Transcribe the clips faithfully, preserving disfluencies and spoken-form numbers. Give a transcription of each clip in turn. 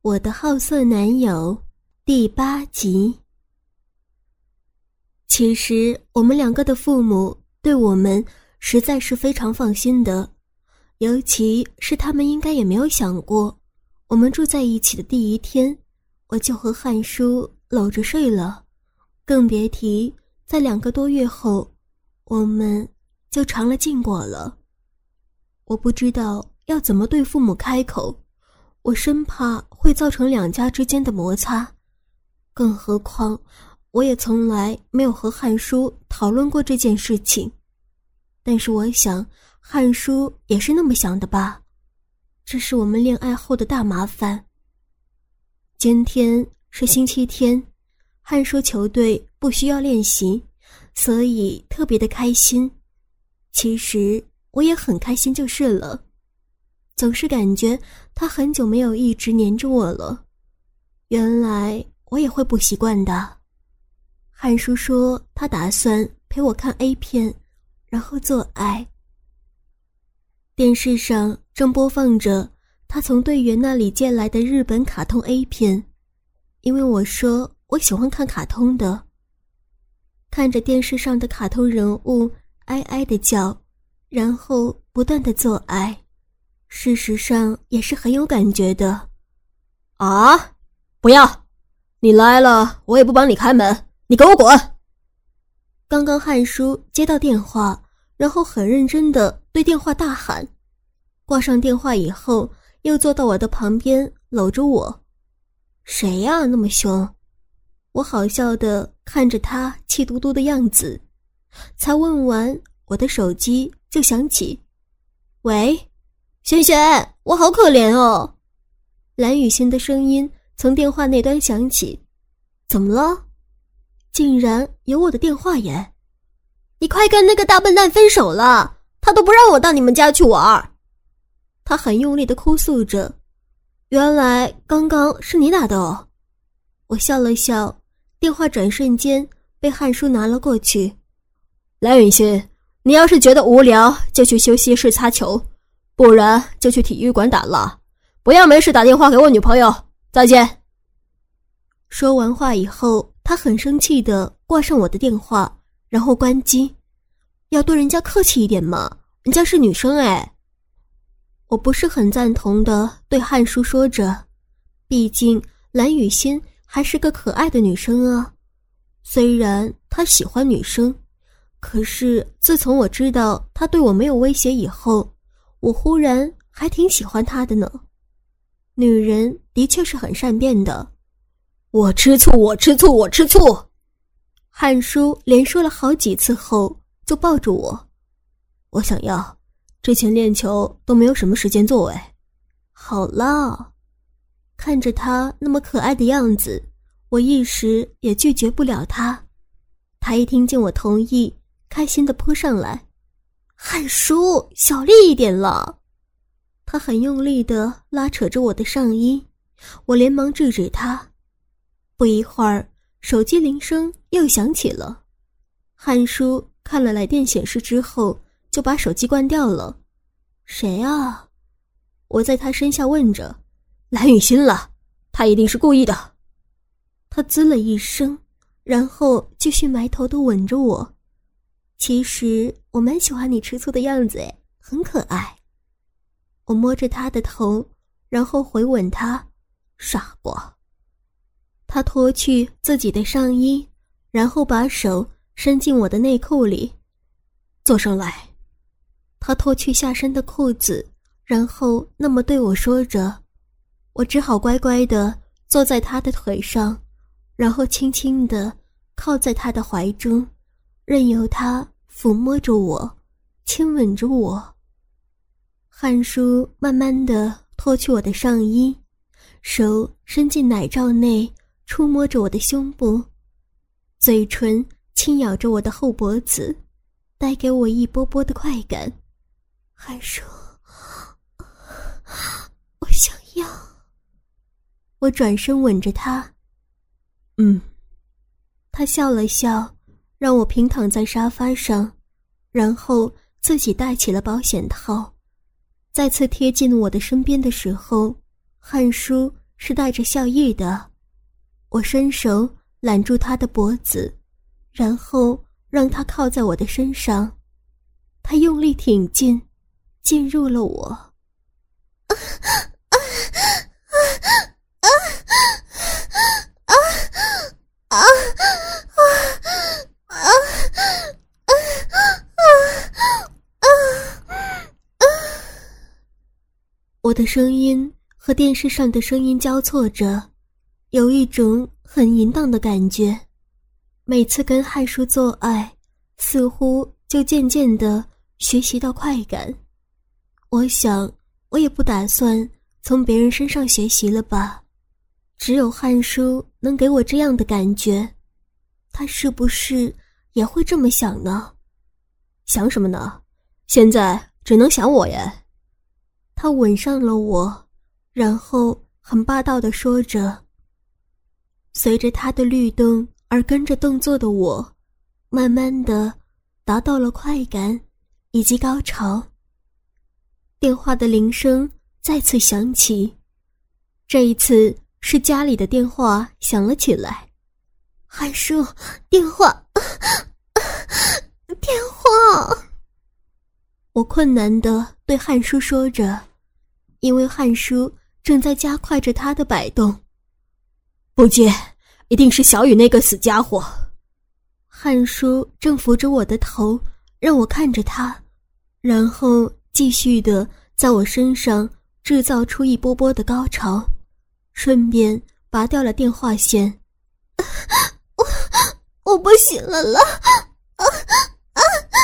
我的好色男友第八集。其实我们两个的父母对我们实在是非常放心的，尤其是他们应该也没有想过，我们住在一起的第一天，我就和汉叔搂着睡了，更别提在两个多月后，我们就尝了禁果了。我不知道要怎么对父母开口，我生怕会造成两家之间的摩擦，更何况我也从来没有和汉叔讨论过这件事情。但是我想汉叔也是那么想的吧，这是我们恋爱后的大麻烦。今天是星期天，汉叔球队不需要练习，所以特别的开心。其实我也很开心就是了，总是感觉他很久没有一直黏着我了，原来我也会不习惯的。汉叔说他打算陪我看 A 片，然后做爱。电视上正播放着他从队员那里借来的日本卡通 A 片，因为我说我喜欢看卡通的。看着电视上的卡通人物哀哀的叫，然后不断的做爱，事实上也是很有感觉的。 啊，不要，你来了我也不帮你开门，你给我滚！ 刚刚汉叔接到电话，然后很认真地对电话大喊，挂上电话以后又坐到我的旁边搂着我。谁呀那么凶？我好笑地看着他气嘟嘟的样子，才问完，我的手机就响起。喂，璇璇，我好可怜哦。蓝雨欣的声音从电话那端响起。怎么了？竟然有我的电话耶！你快跟那个大笨蛋分手了，他都不让我到你们家去玩。他很用力地哭诉着。原来刚刚是你打的哦。我笑了笑，电话转瞬间被汉叔拿了过去。 蓝允欣，你要是觉得无聊就去休息室擦球，不然就去体育馆打了，不要没事打电话给我女朋友。再见。 说完话以后，他很生气地挂上我的电话，然后关机。要对人家客气一点嘛，人家是女生哎。我不是很赞同地对汉叔说着，毕竟蓝雨欣还是个可爱的女生啊。虽然她喜欢女生，可是自从我知道她对我没有威胁以后，我忽然还挺喜欢她的呢。女人的确是很善变的。 我吃醋，我吃醋，我吃醋！ 汉叔连说了好几次后，就抱住我。 我想要，之前练球都没有什么时间做哎。 好了，看着他那么可爱的样子，我一时也拒绝不了他。他一听见我同意，开心地扑上来。汉叔，小力一点了。他很用力地拉扯着我的上衣，我连忙制止他。不一会儿，手机铃声又响起了。汉叔看了来电显示之后，就把手机关掉了。谁啊？我在他身下问着。 蓝雨欣了，他一定是故意的。 他滋了一声，然后继续埋头地吻着我。其实我蛮喜欢你吃醋的样子诶，很可爱。我摸着他的头，然后回吻他。傻瓜。他脱去自己的上衣，然后把手伸进我的内裤里。 坐上来。 他脱去下身的裤子，然后那么对我说着。我只好乖乖地坐在他的腿上，然后轻轻地靠在他的怀中，任由他抚摸着我，亲吻着我。汉叔慢慢地脱去我的上衣，手伸进奶罩内，触摸着我的胸部，嘴唇轻咬着我的后脖子，带给我一波波的快感。汉叔，我想要。我转身吻着他。 嗯。 他笑了笑，让我平躺在沙发上，然后自己戴起了保险套。再次贴近我的身边的时候，汉叔是带着笑意的。我伸手揽住他的脖子，然后让他靠在我的身上。他用力挺进，进入了我。啊啊啊啊啊啊啊啊啊啊！我的声音和电视上的声音交错着，有一种很淫荡的感觉。每次跟汉叔做爱，似乎就渐渐地学习到快感。我想我也不打算从别人身上学习了吧，只有汉叔能给我这样的感觉。他是不是也会这么想呢？ 想什么呢？现在只能想我耶。 他吻上了我，然后很霸道地说着。随着他的律动而跟着动作的我，慢慢地达到了快感以及高潮。电话的铃声再次响起，这一次是家里的电话响了起来。汉叔，电话，电话！我困难地对汉叔说着，因为汉叔正在加快着他的摆动。 不接，一定是小雨那个死家伙。 汉叔正扶着我的头，让我看着他，然后继续地在我身上制造出一波波的高潮，顺便拔掉了电话线。我我不行了了，啊啊！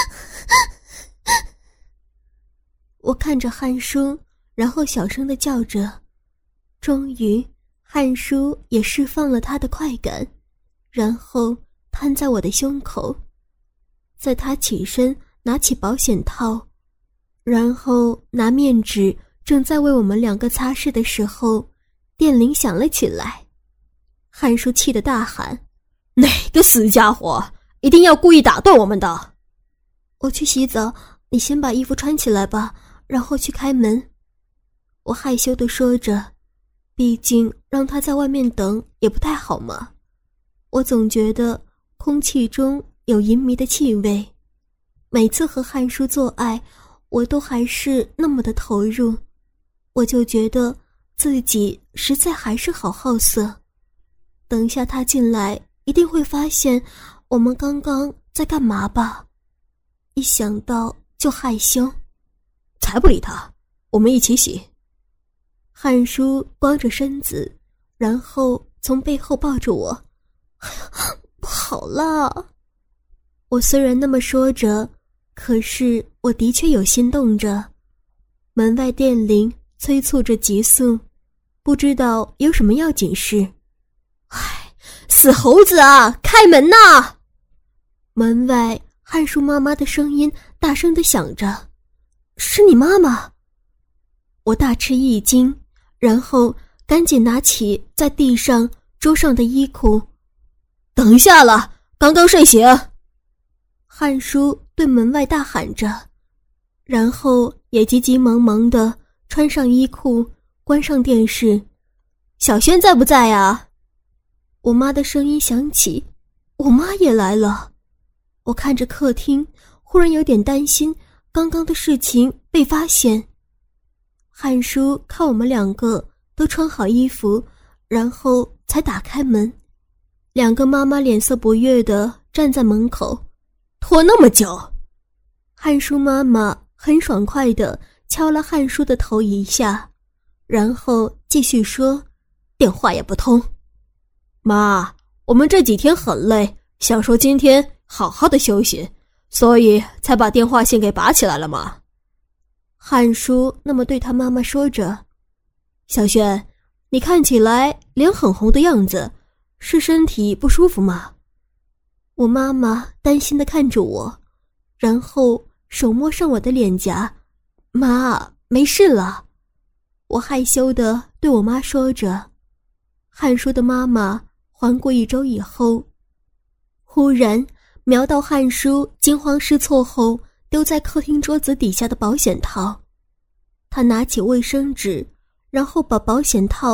我看着汉叔，然后小声地叫着。终于，汉叔也释放了他的快感，然后瘫在我的胸口。在他起身拿起保险套，然后拿面纸正在为我们两个擦拭的时候，电铃响了起来。汉叔气得大喊： 哪个死家伙一定要故意打断我们的！ 我去洗澡，你先把衣服穿起来吧，然后去开门。我害羞地说着，毕竟让他在外面等也不太好嘛。我总觉得空气中有淫迷的气味。每次和汉叔做爱，我都还是那么的投入，我就觉得自己实在还是好好色。等下他进来，一定会发现我们刚刚在干嘛吧？一想到就害羞。 才不理他，我们一起洗。 汉叔光着身子，然后从背后抱着我。不好啦！我虽然那么说着，可是我的确有心动着。门外电铃催促着急速，不知道有什么要紧事。 唉，死猴子啊，开门呐！ 门外汉叔妈妈的声音大声地响着。是你妈妈！我大吃一惊，然后赶紧拿起在地上桌上的衣裤。 等一下了，刚刚睡醒。 汉叔对门外大喊着，然后也急急忙忙地穿上衣裤，关上电视。 小轩在不在啊？ 我妈的声音响起。我妈也来了。我看着客厅，忽然有点担心刚刚的事情被发现。汉叔看我们两个都穿好衣服，然后才打开门。两个妈妈脸色不悦地站在门口。 拖那么久？ 汉叔妈妈很爽快地敲了汉叔的头一下，然后继续说： 电话也不通。妈，我们这几天很累，想说今天好好的休息，所以才把电话线给拔起来了嘛。 汉叔那么对他妈妈说着。 小轩，你看起来脸很红的样子，是身体不舒服吗？ 我妈妈担心地看着我，然后手摸上我的脸颊。妈，没事了。我害羞地对我妈说着。汉叔的妈妈环顾一周以后，忽然瞄到汉叔惊慌失措后丢在客厅桌子底下的保险套。他拿起卫生纸，然后把保险套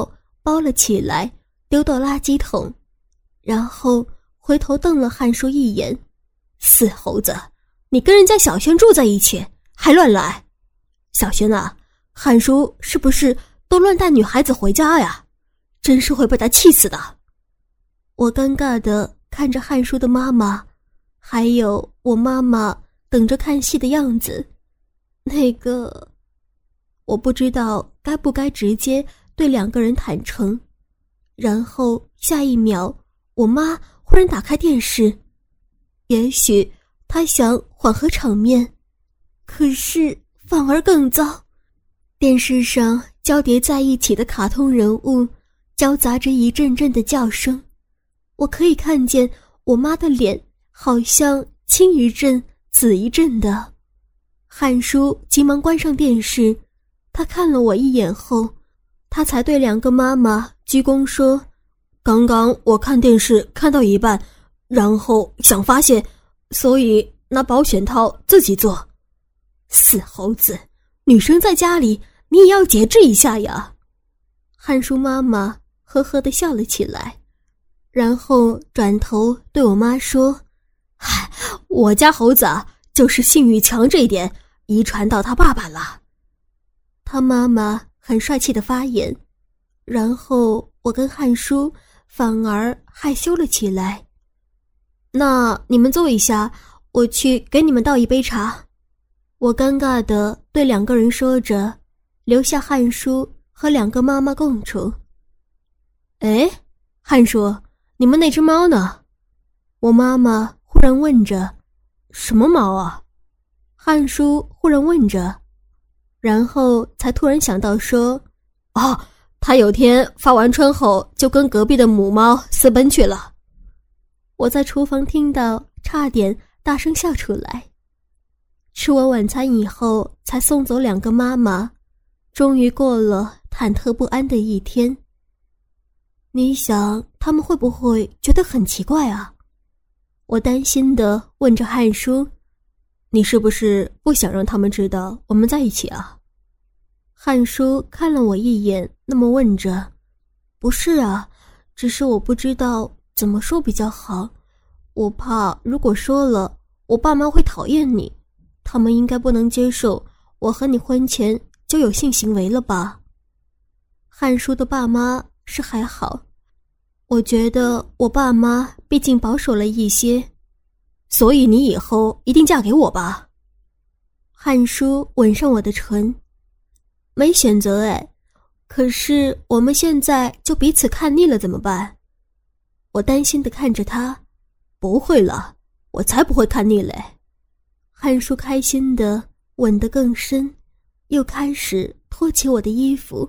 包了起来，丢到垃圾桶，然后回头瞪了汉叔一眼：“ 死猴子，你跟人家小轩住在一起，还乱来！小轩啊，汉叔是不是都乱带女孩子回家呀？真是会被他气死的。” 我尴尬地看着汉叔的妈妈，还有我妈妈等着看戏的样子。那个，我不知道该不该直接对两个人坦诚。然后下一秒，我妈忽然打开电视，也许她想缓和场面，可是反而更糟。电视上交叠在一起的卡通人物交杂着一阵阵的叫声，我可以看见我妈的脸好像青一阵紫一阵的。汉叔急忙关上电视，他看了我一眼后，他才对两个妈妈鞠躬说：“刚刚我看电视看到一半，然后想发泄，所以拿保险套自己做。” 死猴子，女生在家里你也要节制一下呀。 汉叔妈妈呵呵地笑了起来，然后转头对我妈说：“ 嗨，我家猴子啊，就是性欲强这一点遗传到他爸爸了。” 他妈妈很帅气的发言，然后我跟汉叔反而害羞了起来。“那你们坐一下，我去给你们倒一杯茶。”我尴尬地对两个人说着，留下汉叔和两个妈妈共处。 “哎，汉叔，你们那只猫呢？” 我妈妈忽然问着。 “什么猫啊？” 汉叔忽然问着，然后才突然想到说：“ 哦，他有天发完春后就跟隔壁的母猫私奔去了。” 我在厨房听到，差点大声笑出来。吃完晚餐以后，才送走两个妈妈，终于过了忐忑不安的一天。你想，他们会不会觉得很奇怪啊？我担心地问着汉叔：“ 你是不是不想让他们知道我们在一起啊？” 汉叔看了我一眼，那么问着：“不是啊，只是我不知道怎么说比较好，我怕如果说了，我爸妈会讨厌你，他们应该不能接受我和你婚前就有性行为了吧？”汉叔的爸妈是还好，我觉得我爸妈毕竟保守了一些。 “所以你以后一定嫁给我吧？” 汉叔吻上我的唇。“没选择哎，可是我们现在就彼此看腻了怎么办？”我担心地看着他。 “不会了，我才不会看腻嘞。” 汉叔开心地吻得更深，又开始脱起我的衣服。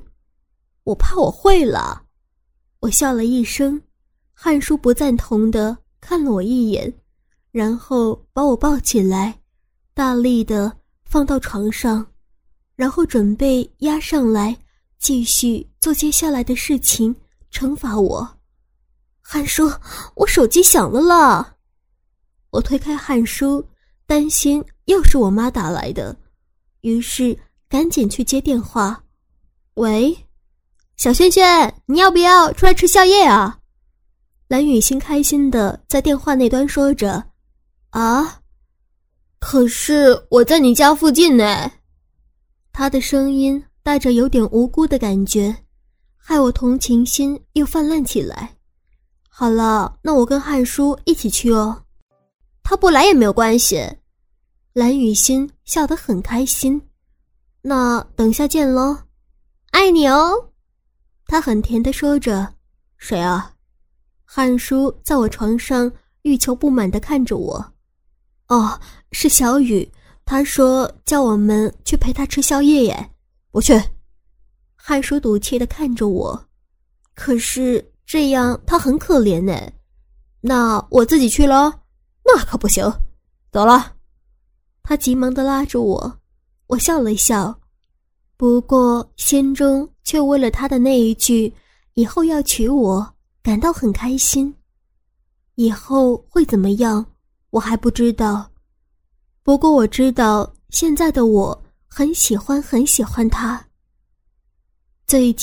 “我怕我会了。” 我笑了一声。汉叔不赞同地看了我一眼，然后把我抱起来，大力地放到床上，然后准备压上来，继续做接下来的事情，惩罚我。“汉叔，我手机响了啦！”我推开汉叔，担心又是我妈打来的，于是赶紧去接电话。“喂， 小萱萱，你要不要出来吃宵夜啊？” 蓝雨欣开心地在电话那端说着。 “啊，可是我在你家附近呢。” 她的声音带着有点无辜的感觉，害我同情心又泛滥起来。“好了，那我跟汉叔一起去哦。”“ 他不来也没有关系。” 蓝雨欣笑得很开心。“那等下见咯。”“ 爱你哦。” 他很甜地说着。 “谁啊？” 汉叔在我床上欲求不满地看着我。“哦，是小雨，他说叫我们去陪他吃宵夜耶。”“ 不去。” 汉叔赌气地看着我。“可是这样他很可怜耶。”“ 那我自己去咯。”“那可不行，走了。” 他急忙地拉着我。我笑了笑，不过心中却为了他的那一句以后要娶我感到很开心。以后会怎么样，我还不知道。不过我知道，现在的我很喜欢很喜欢他。最近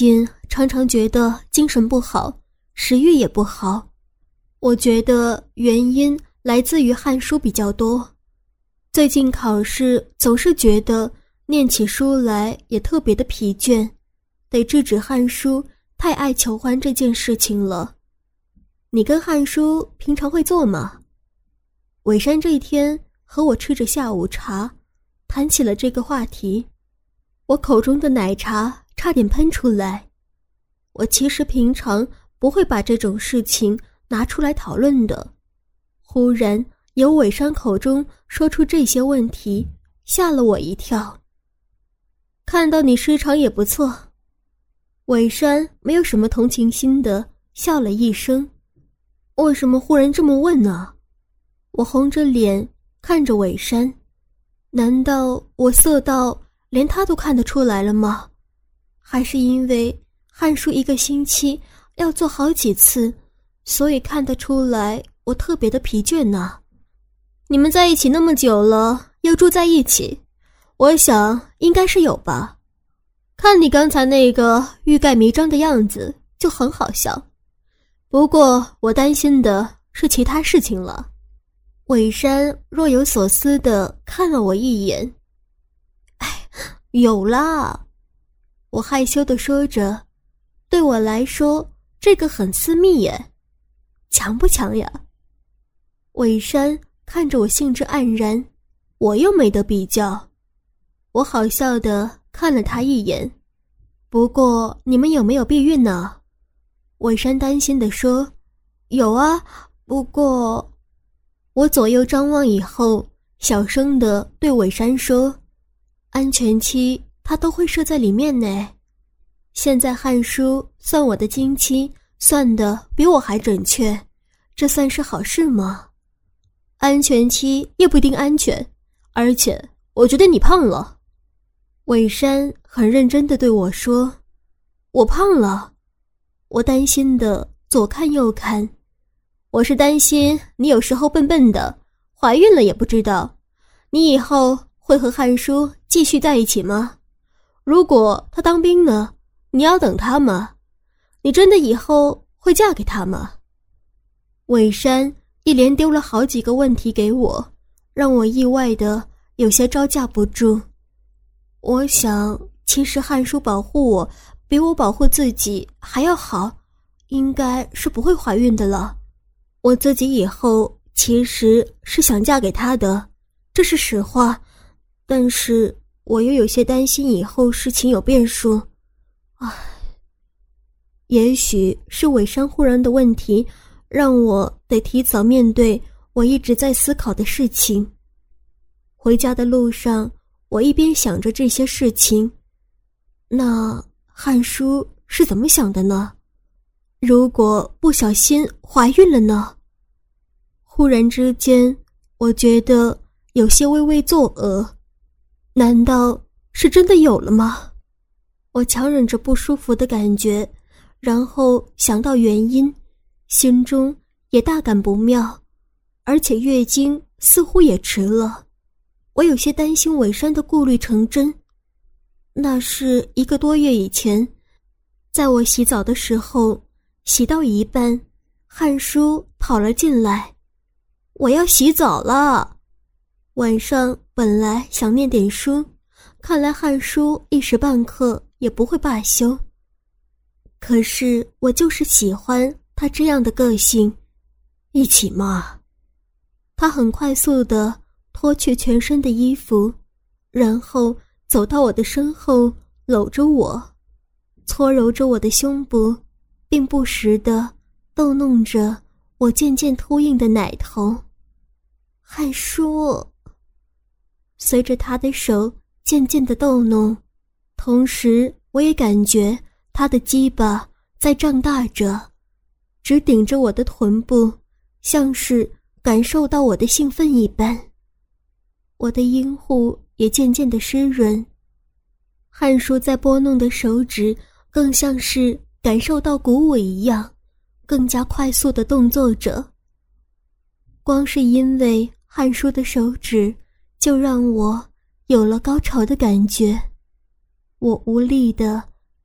常常觉得精神不好，食欲也不好。我觉得原因来自于汉书比较多。最近考试总是觉得念起书来也特别的疲倦，得制止汉书太爱求欢这件事情了。你跟汉书平常会做吗？伟山这一天和我吃着下午茶，谈起了这个话题，我口中的奶茶差点喷出来。我其实平常不会把这种事情拿出来讨论的，忽然由伟山口中说出这些问题，吓了我一跳。看到你失常也不错。伟山没有什么同情心的笑了一声。为什么忽然这么问呢？我红着脸看着伟山，难道我色到连他都看得出来了吗？还是因为汉书一个星期要做好几次，所以看得出来我特别的疲倦呢？你们在一起那么久了，又住在一起，我想应该是有吧。看你刚才那个欲盖弥彰的样子就很好笑，不过我担心的是其他事情了。伟山若有所思地看了我一眼。哎，有啦。我害羞地说着，对我来说这个很私密耶。强不强呀？伟山看着我兴致盎然，我又没得比较。我好笑地看了他一眼。不过你们有没有避孕呢？伟山担心地说。有啊，不过……我左右张望以后，小声地对伟山说，安全期他都会设在里面呢。现在汉书算我的经期算得比我还准确，这算是好事吗？安全期也不一定安全，而且我觉得你胖了。伟山很认真地对我说，我胖了。我担心地左看右看，我是担心你有时候笨笨的，怀孕了也不知道。你以后会和汉书继续在一起吗？如果他当兵呢，你要等他吗？你真的以后会嫁给他吗？伟山一连丢了好几个问题给我，让我意外的有些招架不住。我想其实汉书保护我比我保护自己还要好，应该是不会怀孕的了。我自己以后其实是想嫁给他的，这是实话，但是我又有些担心以后事情有变数。唉，也许是伟山忽然的问题，让我得提早面对我一直在思考的事情。回家的路上，我一边想着这些事情，那汉书是怎么想的呢？如果不小心怀孕了呢？忽然之间，我觉得有些微微作呕。难道是真的有了吗？我强忍着不舒服的感觉，然后想到原因，心中也大感不妙，而且月经似乎也迟了。我有些担心伟山的顾虑成真。那是一个多月以前，在我洗澡的时候，洗到一半，汉书跑了进来。我要洗澡了。晚上本来想念点书，看来汉书一时半刻也不会罢休。可是我就是喜欢他这样的个性。一起嘛。他很快速地脱去全身的衣服，然后走到我的身后，搂着我，搓揉着我的胸部，并不时地逗弄着我渐渐凸硬的奶头。汉书。随着他的手渐渐地逗弄，同时我也感觉他的鸡巴在胀大着，直顶着我的臀部，像是感受到我的兴奋一般。我的阴户也渐渐地湿润，汉书在拨弄的手指更像是感受到鼓舞一样，更加快速地动作着。光是因为汉书的手指，就让我有了高潮的感觉。我无力地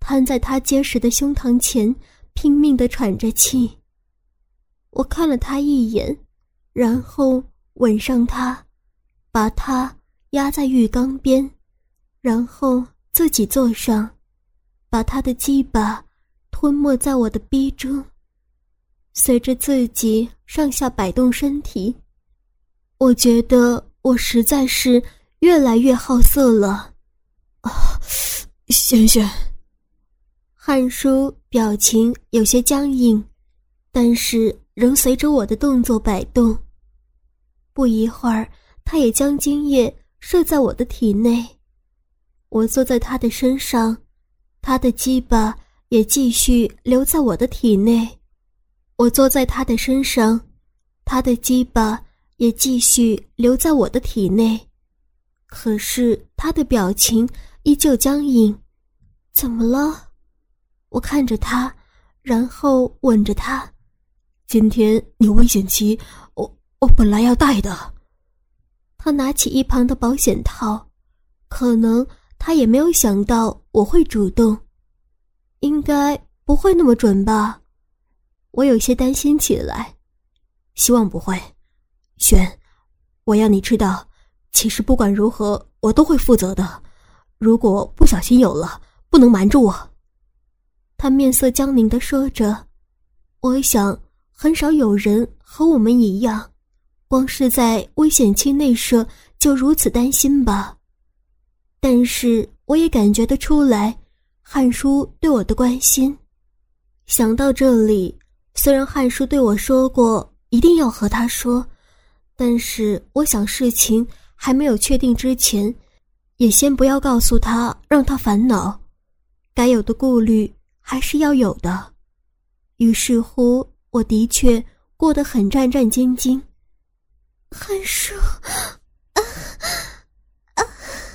瘫在他结实的胸膛前，拼命地喘着气。我看了他一眼，然后吻上他，把他压在浴缸边，然后自己坐上，把他的鸡巴吞没在我的逼中。随着自己上下摆动身体，我觉得我实在是越来越好色了。 啊，轩轩。 汉书表情有些僵硬，但是仍随着我的动作摆动。不一会儿，他也将精液射在我的体内。我坐在他的身上，他的鸡巴也继续留在我的体内。我坐在他的身上，他的鸡巴也继续留在我的体内。可是他的表情依旧僵硬。怎么了？我看着他，然后吻着他。 今天你危险期，我我本来要带的。 他拿起一旁的保险套，可能他也没有想到我会主动。应该不会那么准吧？我有些担心起来。 希望不会。轩，我要你知道，其实不管如何，我都会负责的。如果不小心有了，不能瞒着我。 他面色僵凝地说着。我想很少有人和我们一样，光是在危险期内射就如此担心吧。但是我也感觉得出来汉书对我的关心。想到这里，虽然汉书对我说过一定要和他说，但是我想事情还没有确定之前，也先不要告诉他，让他烦恼。该有的顾虑还是要有的。于是乎，我的确过得很战战兢兢。汉书，啊啊！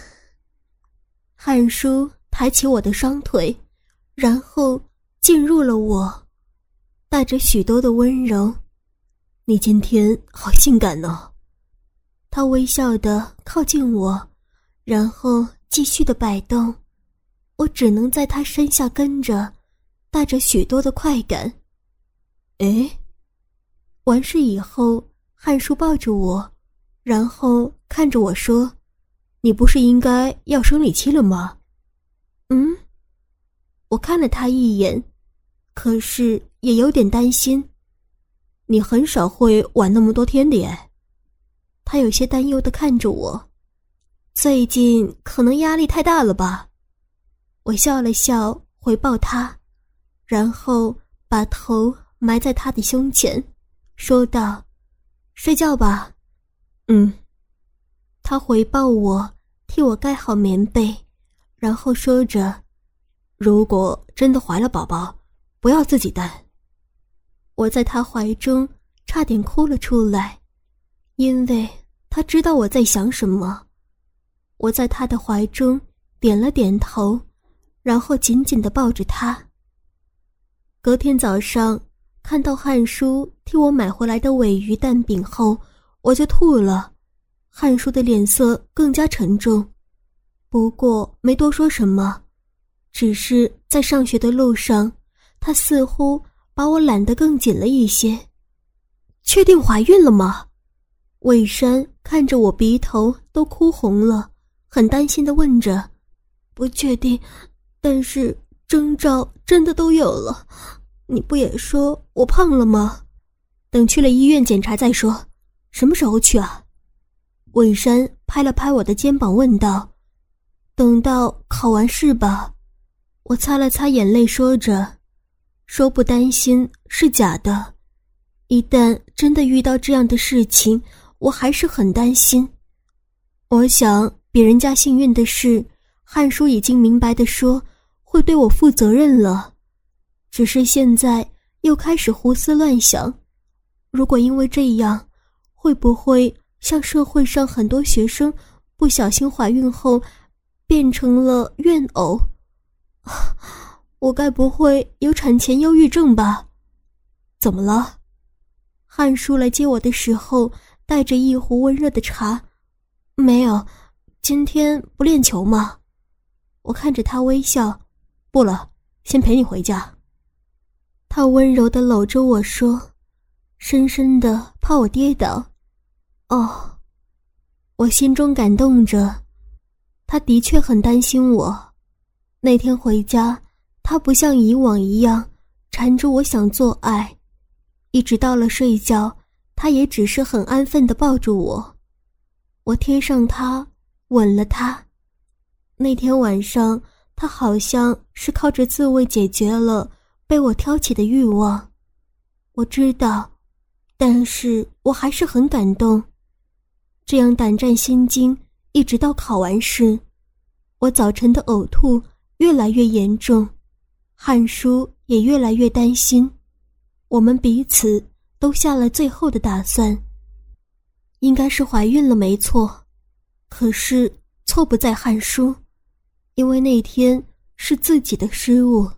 汉书抬起我的双腿，然后进入了我，带着许多的温柔。 你今天好性感哦。 他微笑地靠近我，然后继续地摆动。我只能在他身下跟着，带着许多的快感。 诶， 完事以后，汉书抱着我，然后看着我说：“ 你不是应该要生理期了吗？” 嗯，我看了他一眼，可是也有点担心。 你很少会晚那么多天的耶。 他有些担忧地看着我。最近可能压力太大了吧？我笑了笑，回报他，然后把头埋在他的胸前，说道：“睡觉吧。” 嗯。 他回报我，替我盖好棉被，然后说着：“ 如果真的怀了宝宝，不要自己带。” 我在他怀中差点哭了出来，因为他知道我在想什么。我在他的怀中点了点头，然后紧紧地抱着他。隔天早上看到汉书替我买回来的鲔鱼蛋饼后，我就吐了。汉书的脸色更加沉重，不过没多说什么，只是在上学的路上，他似乎把我揽得更紧了一些。确定怀孕了吗？魏山看着我鼻头都哭红了，很担心地问着。不确定，但是征兆真的都有了。你不也说我胖了吗？ 等去了医院检查再说。什么时候去啊？ 魏山拍了拍我的肩膀问道。等到考完试吧。我擦了擦眼泪说着。说不担心是假的，一旦真的遇到这样的事情，我还是很担心。我想比人家幸运的是，汉书已经明白地说会对我负责任了，只是现在又开始胡思乱想，如果因为这样，会不会像社会上很多学生不小心怀孕后变成了怨偶？我该不会有产前忧郁症吧？ 怎么了？ 汉书来接我的时候带着一壶温热的茶。没有，今天不练球吗？我看着他微笑。 不了， 先陪你回家。 他温柔地搂着我说，深深地怕我跌倒。哦，我心中感动着，他的确很担心我。那天回家，他不像以往一样缠着我想做爱，一直到了睡觉，他也只是很安分地抱住我。我贴上他，吻了他。那天晚上，他好像是靠着自慰解决了被我挑起的欲望。我知道，但是我还是很感动。这样胆战心惊，一直到考完试，我早晨的呕吐越来越严重，汉叔也越来越担心。我们彼此都下了最后的打算，应该是怀孕了没错，可是错不在汉叔，因为那天是自己的失误。